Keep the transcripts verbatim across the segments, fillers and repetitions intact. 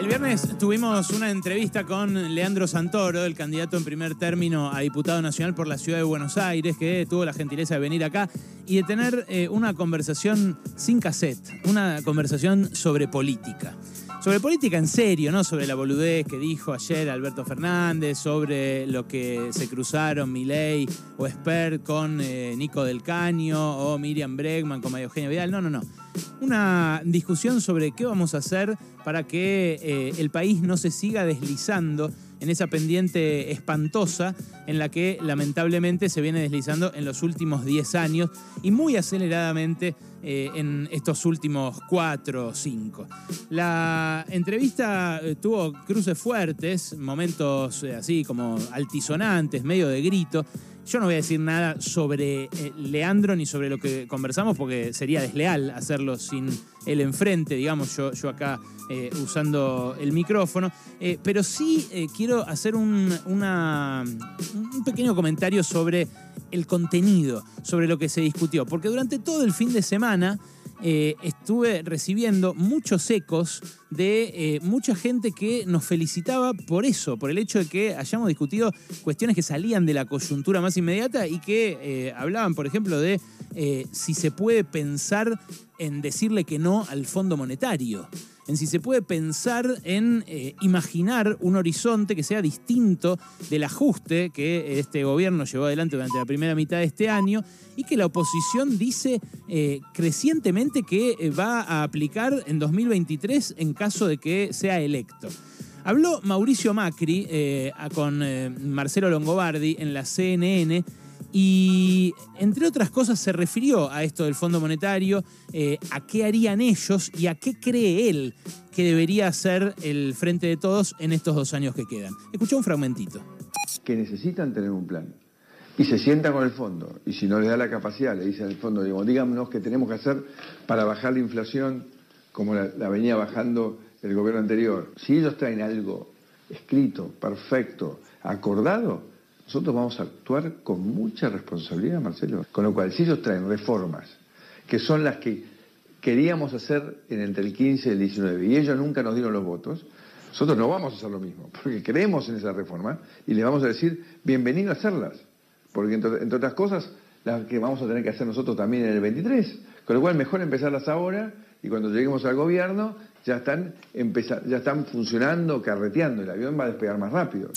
viernes tuvimos una entrevista con Leandro Santoro, el candidato en primer término a diputado nacional por la ciudad de Buenos Aires, que tuvo la gentileza de venir acá y de tener eh, una conversación sin cassette, una conversación sobre política. Sobre política en serio, no sobre la boludez que dijo ayer Alberto Fernández, sobre lo que se cruzaron Milei o Espert con eh, Nico del Caño o Miriam Bregman con María Eugenia Vidal. No, no, no. Una discusión sobre qué vamos a hacer para que eh, el país no se siga deslizando en esa pendiente espantosa en la que lamentablemente se viene deslizando en los últimos diez años y muy aceleradamente eh, en estos últimos cuatro o cinco. La entrevista eh, tuvo cruces fuertes, momentos eh, así como altisonantes, medio de grito. Yo no voy a decir nada sobre eh, Leandro ni sobre lo que conversamos porque sería desleal hacerlo sin él enfrente, digamos, yo, yo acá eh, usando el micrófono. Eh, pero sí eh, quiero hacer un, una, un pequeño comentario sobre el contenido, sobre lo que se discutió. Porque durante todo el fin de semana eh, estuve recibiendo muchos ecos de eh, mucha gente que nos felicitaba por eso, por el hecho de que hayamos discutido cuestiones que salían de la coyuntura más inmediata y que eh, hablaban, por ejemplo, de eh, si se puede pensar en decirle que no al Fondo Monetario, en si se puede pensar en eh, imaginar un horizonte que sea distinto del ajuste que este gobierno llevó adelante durante la primera mitad de este año y que la oposición dice eh, crecientemente que eh, va a aplicar en dos mil veintitrés en caso de que sea electo. Habló Mauricio Macri eh, con eh, Marcelo Longobardi en la C N N y, entre otras cosas, se refirió a esto del Fondo Monetario, eh, a qué harían ellos y a qué cree él que debería hacer el Frente de Todos en estos dos años que quedan. Escuchá un fragmentito. Que necesitan tener un plan. Y se sientan con el fondo. Y si no les da la capacidad, le dicen al fondo, digo, díganos qué tenemos que hacer para bajar la inflación como la, la venía bajando el gobierno anterior. Si ellos traen algo escrito, perfecto, acordado, nosotros vamos a actuar con mucha responsabilidad, Marcelo. Con lo cual, si ellos traen reformas, que son las que queríamos hacer en entre el quince y el diecinueve, y ellos nunca nos dieron los votos, nosotros no vamos a hacer lo mismo, porque creemos en esa reforma y les vamos a decir, bienvenido a hacerlas. Porque, entre, entre otras cosas, las que vamos a tener que hacer nosotros también en el veintitrés. Con lo cual, mejor empezarlas ahora y cuando lleguemos al gobierno, ya están, empezar, ya están funcionando, carreteando. El avión va a despegar más rápido.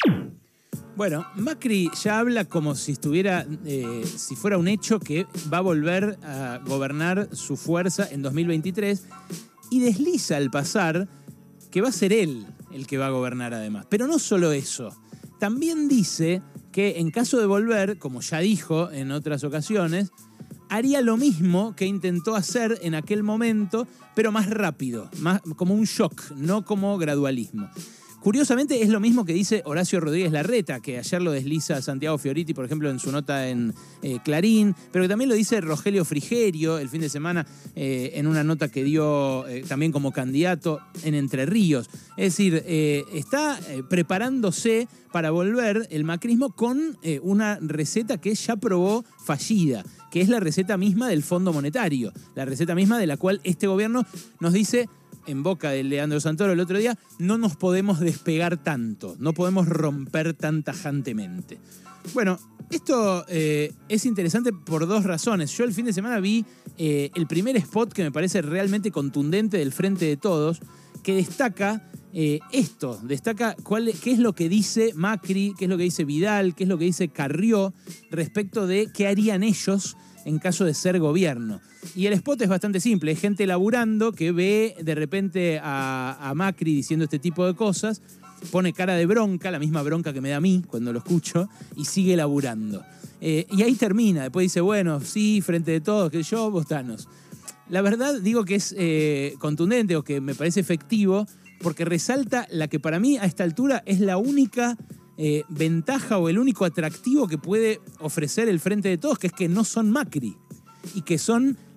Bueno, Macri ya habla como si estuviera, eh, si fuera un hecho que va a volver a gobernar su fuerza en dos mil veintitrés y desliza al pasar que va a ser él el que va a gobernar además. Pero no solo eso, también dice que en caso de volver, como ya dijo en otras ocasiones, haría lo mismo que intentó hacer en aquel momento, pero más rápido, más como un shock, no como gradualismo. Curiosamente es lo mismo que dice Horacio Rodríguez Larreta, que ayer lo desliza Santiago Fioriti, por ejemplo, en su nota en eh, Clarín, pero que también lo dice Rogelio Frigerio el fin de semana eh, en una nota que dio eh, también como candidato en Entre Ríos. Es decir, eh, está eh, preparándose para volver el macrismo con eh, una receta que ya probó fallida, que es la receta misma del Fondo Monetario, la receta misma de la cual este gobierno nos dice, en boca de Leandro Santoro el otro día, no nos podemos despegar tanto, no podemos romper tan tajantemente. Bueno, esto eh, es interesante por dos razones. Yo el fin de semana vi eh, el primer spot que me parece realmente contundente del Frente de Todos, que destaca eh, esto, destaca cuál, qué es lo que dice Macri, qué es lo que dice Vidal, qué es lo que dice Carrió respecto de qué harían ellos en caso de ser gobierno. Y el spot es bastante simple, es gente laburando que ve de repente a, a Macri diciendo este tipo de cosas, pone cara de bronca, la misma bronca que me da a mí cuando lo escucho, y sigue laburando. Eh, y ahí termina, después dice, bueno, sí, Frente de Todos, que yo, votanos. La verdad digo que es eh, contundente o que me parece efectivo porque resalta la que para mí a esta altura es la única eh, ventaja o el único atractivo que puede ofrecer el Frente de Todos, que es que no son Macri y que son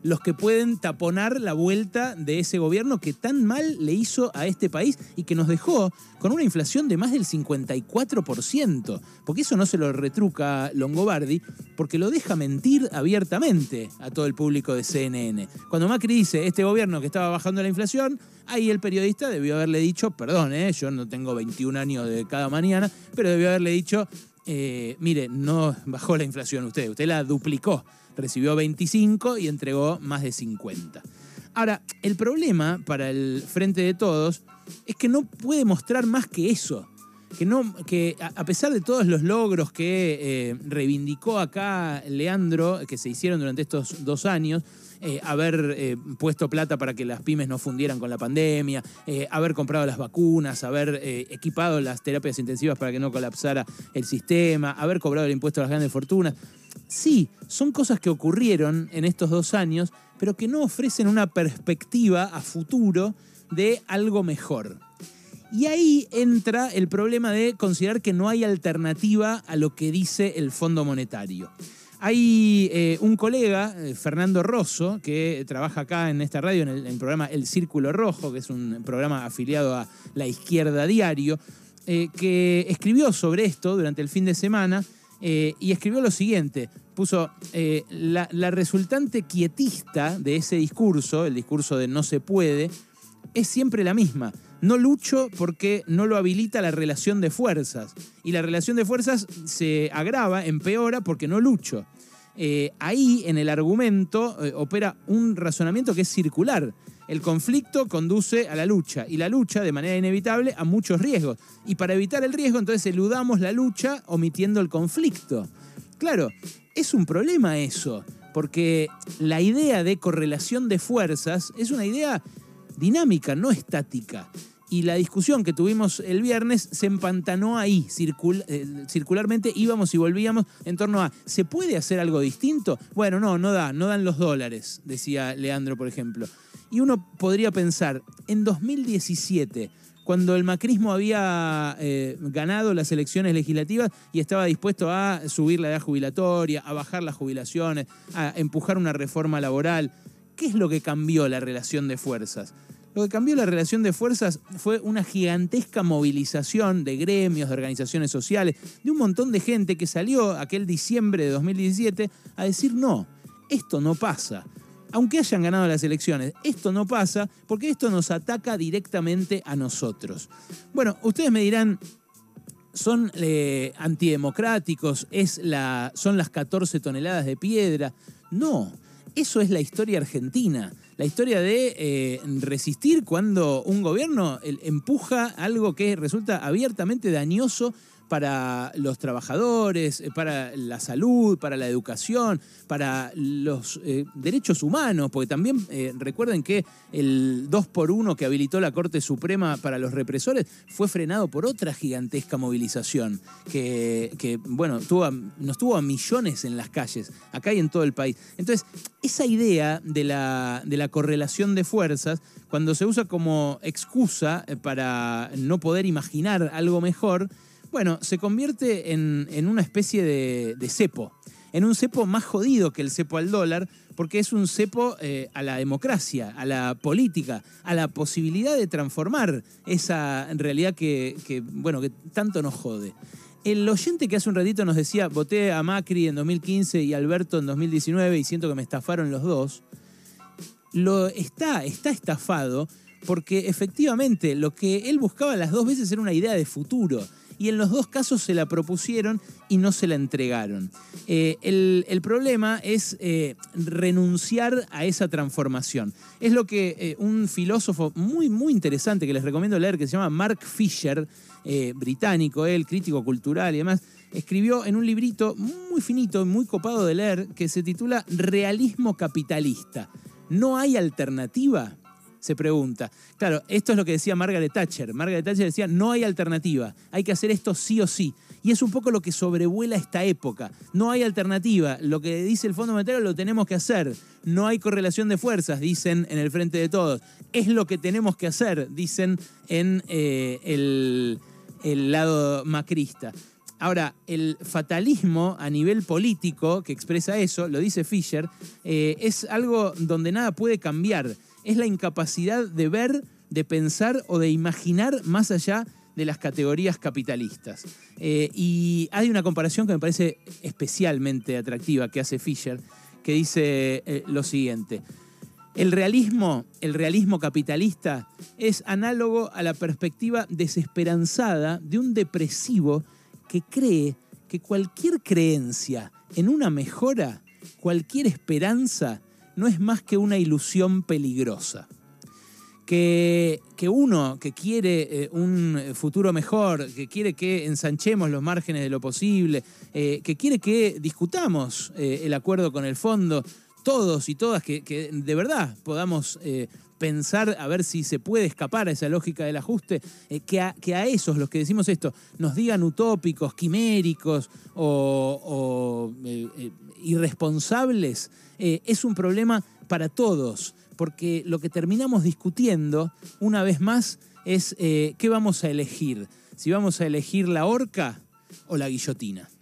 los que pueden taponar la vuelta de ese gobierno que tan mal le hizo a este país y que nos dejó con una inflación de más del cincuenta y cuatro por ciento. Porque eso no se lo retruca Longobardi, porque lo deja mentir abiertamente a todo el público de C N N. Cuando Macri dice, este gobierno que estaba bajando la inflación, ahí el periodista debió haberle dicho, perdón, eh, yo no tengo veintiún años de cada mañana, pero debió haberle dicho, eh, mire, no bajó la inflación usted, usted la duplicó. Recibió veinticinco y entregó más de cincuenta. Ahora, el problema para el Frente de Todos es que no puede mostrar más que eso. Que, no, que a pesar de todos los logros que eh, reivindicó acá Leandro, que se hicieron durante estos dos años, eh, haber eh, puesto plata para que las pymes no fundieran con la pandemia, eh, haber comprado las vacunas, haber eh, equipado las terapias intensivas para que no colapsara el sistema, haber cobrado el impuesto a las grandes fortunas. Sí, son cosas que ocurrieron en estos dos años, pero que no ofrecen una perspectiva a futuro de algo mejor. Y ahí entra el problema de considerar que no hay alternativa a lo que dice el Fondo Monetario. Hay eh, un colega, eh, Fernando Rosso, que trabaja acá en esta radio, en el, en el programa El Círculo Rojo, que es un programa afiliado a La Izquierda Diario, eh, que escribió sobre esto durante el fin de semana eh, y escribió lo siguiente. Puso eh, la, la resultante quietista de ese discurso, el discurso de no se puede, es siempre la misma. No lucho porque no lo habilita la relación de fuerzas. Y la relación de fuerzas se agrava, empeora, porque no lucho. Eh, ahí, en el argumento, eh, opera un razonamiento que es circular. El conflicto conduce a la lucha. Y la lucha, de manera inevitable, a muchos riesgos. Y para evitar el riesgo, entonces eludamos la lucha omitiendo el conflicto. Claro, es un problema eso. Porque la idea de correlación de fuerzas es una idea dinámica, no estática. Y la discusión que tuvimos el viernes se empantanó ahí, circul eh, circularmente íbamos y volvíamos en torno a, ¿se puede hacer algo distinto? Bueno, no, no da, no dan los dólares, decía Leandro, por ejemplo. Y uno podría pensar, en dos mil diecisiete, cuando el macrismo había eh, ganado las elecciones legislativas y estaba dispuesto a subir la edad jubilatoria, a bajar las jubilaciones, a empujar una reforma laboral, ¿qué es lo que cambió la relación de fuerzas? Lo que cambió la relación de fuerzas fue una gigantesca movilización de gremios, de organizaciones sociales, de un montón de gente que salió aquel diciembre de dos mil diecisiete a decir no, esto no pasa. Aunque hayan ganado las elecciones, esto no pasa porque esto nos ataca directamente a nosotros. Bueno, ustedes me dirán, ¿son eh, antidemocráticos? ¿Es la, ¿Son las catorce toneladas de piedra? No, eso es la historia argentina. La historia de eh, resistir cuando un gobierno el, empuja algo que resulta abiertamente dañoso para los trabajadores, para la salud, para la educación, para los eh, derechos humanos, porque también eh, recuerden que el dos por uno que habilitó la Corte Suprema para los represores fue frenado por otra gigantesca movilización que, que bueno, tuvo a, nos tuvo a millones en las calles, acá y en todo el país. Entonces, esa idea de la, de la correlación de fuerzas, cuando se usa como excusa para no poder imaginar algo mejor, bueno, se convierte en, en una especie de, de cepo, en un cepo más jodido que el cepo al dólar, porque es un cepo eh, a la democracia, a la política, a la posibilidad de transformar esa realidad que, que, bueno, que tanto nos jode. El oyente que hace un ratito nos decía, voté a Macri en dos mil quince y a Alberto en dos mil diecinueve y siento que me estafaron los dos, lo está, está estafado porque efectivamente lo que él buscaba las dos veces era una idea de futuro. Y en los dos casos se la propusieron y no se la entregaron. Eh, el, el problema es eh, renunciar a esa transformación. Es lo que eh, un filósofo muy, muy interesante que les recomiendo leer, que se llama Mark Fisher, eh, británico, él, crítico cultural y demás, escribió en un librito muy finito, muy copado de leer, que se titula Realismo Capitalista. ¿No hay alternativa? Se pregunta. Claro, esto es lo que decía Margaret Thatcher. Margaret Thatcher decía, no hay alternativa, hay que hacer esto sí o sí. Y es un poco lo que sobrevuela esta época. No hay alternativa, lo que dice el Fondo Monetario lo tenemos que hacer. No hay correlación de fuerzas, dicen en el Frente de Todos. Es lo que tenemos que hacer, dicen en eh, el, el lado macrista. Ahora, el fatalismo a nivel político, que expresa eso, lo dice Fisher, eh, es algo donde nada puede cambiar. Es la incapacidad de ver, de pensar o de imaginar más allá de las categorías capitalistas. Eh, y hay una comparación que me parece especialmente atractiva que hace Fisher, que dice eh, lo siguiente. El realismo, el realismo capitalista es análogo a la perspectiva desesperanzada de un depresivo que cree que cualquier creencia en una mejora, cualquier esperanza, no es más que una ilusión peligrosa. Que, que uno que quiere eh, un futuro mejor, que quiere que ensanchemos los márgenes de lo posible, eh, que quiere que discutamos eh, el acuerdo con el fondo, todos y todas, que, que de verdad podamos eh, pensar a ver si se puede escapar a esa lógica del ajuste, eh, que, a, que a esos, los que decimos esto, nos digan utópicos, quiméricos o, o eh, eh, irresponsables, eh, es un problema para todos. Porque lo que terminamos discutiendo, una vez más, es eh, qué vamos a elegir. Si vamos a elegir la horca o la guillotina.